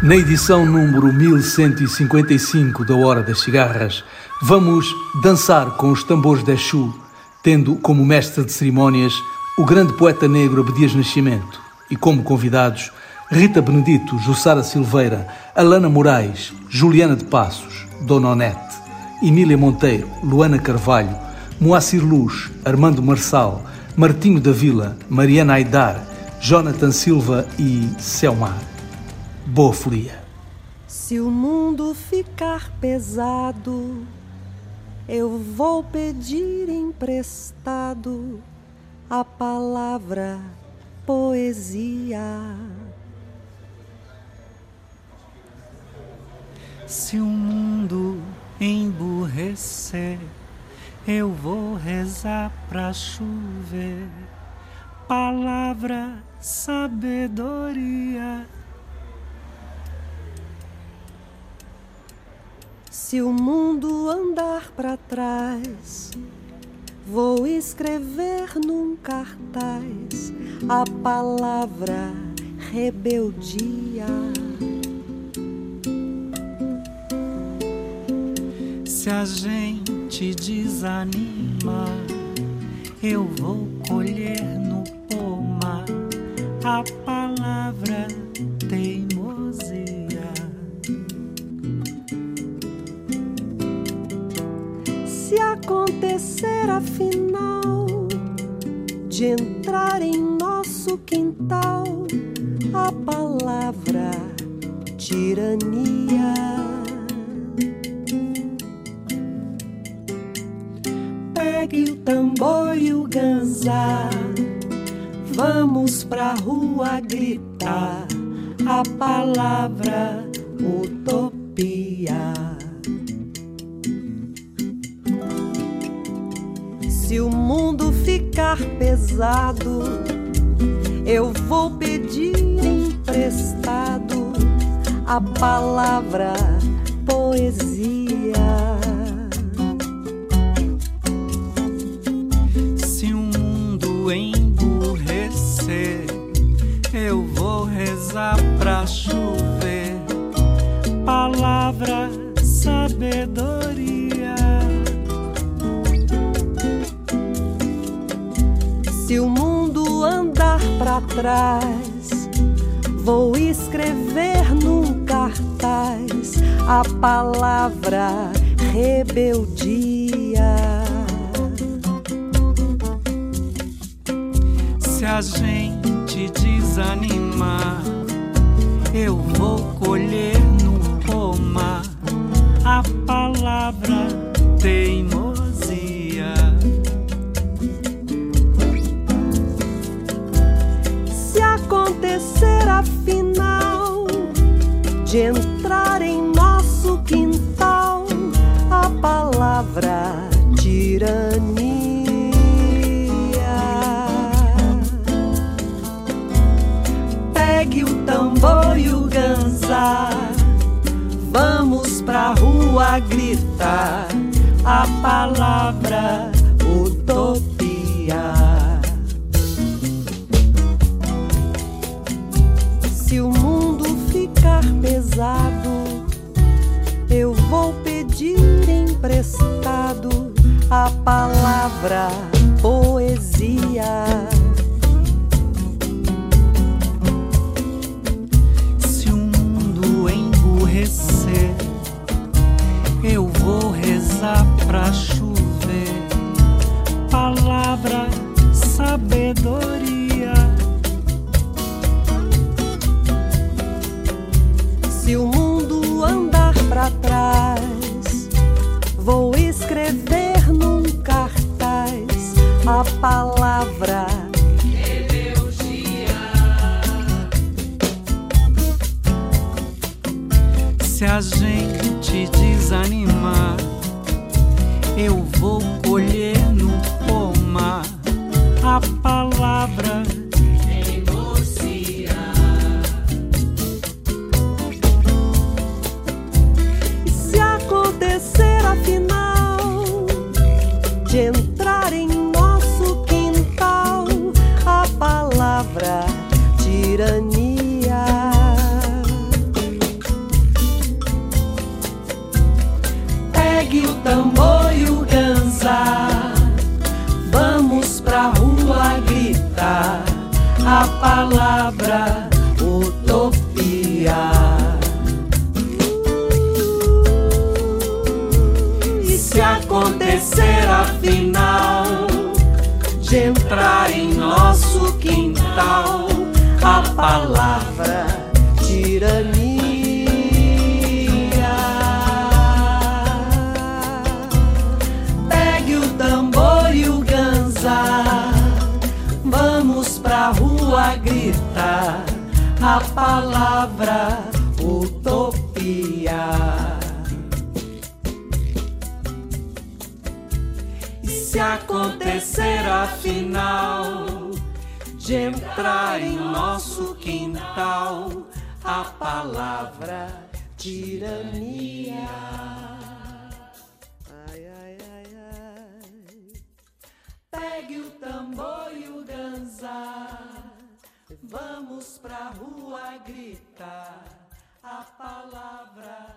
Na edição número 1155 da Hora das Cigarras, vamos dançar com os tambores de Exu, tendo como mestre de cerimónias o grande poeta negro Abdias Nascimento e como convidados Rita Benedito, Jussara Silveira, Alana Moraes, Juliana de Passos, Dona Onete, Emília Monteiro, Luana Carvalho, Moacir Luz, Armando Marçal, Martinho da Vila, Mariana Aidar, Jonathan Silva e Selmar. Boa folia. Se o mundo ficar pesado, eu vou pedir emprestado a palavra poesia. Se o mundo emburrecer, eu vou rezar pra chover palavra, sabedoria. Se o mundo andar pra trás, vou escrever num cartaz a palavra rebeldia. Se a gente desanima, eu vou colher no pomar a palavra teimosia. Se acontecer afinal de entrar em nosso quintal a palavra tirania, pegue o tambor e o ganzá, vamos pra rua gritar a palavra utopia. Se o mundo ficar pesado, eu vou pedir emprestado a palavra poesia. Se o mundo emburrecer, eu vou rezar pra chover palavra, sabedoria. Se o mundo andar pra trás, vou escrever num cartaz a palavra rebeldia. Se a gente desanimar, eu vou colher no pomar a palavra teimosia. Se acontecer afinal de entrar em nosso quintal a palavra tirania, pegue o tambor e o ganzá, vamos pra rua gritar a palavra utopia. Se o mundo ficar pesado, eu vou pedir emprestado a palavra poesia. Se o mundo emburrecer, eu vou rezar pra chover palavra, sabedoria. Se o mundo andar pra trás, vou escrever num cartaz a palavra rebeldia. Se a gente desanimar, eu vou colher no pomar a palavra teimosia. E se acontecer afinal de entrar em nosso quintal a palavra tirania, palavra utopia. E se acontecer afinal de entrar em nosso quintal a palavra tirania, pegue o tambor e o ganzá, vamos pra rua gritar a palavra utopia. E se acontecer afinal de entrar em nosso quintal a palavra tirania. Ai, ai, ai, ai. Pegue o tambor e o ganzá, vamos pra rua gritar a palavra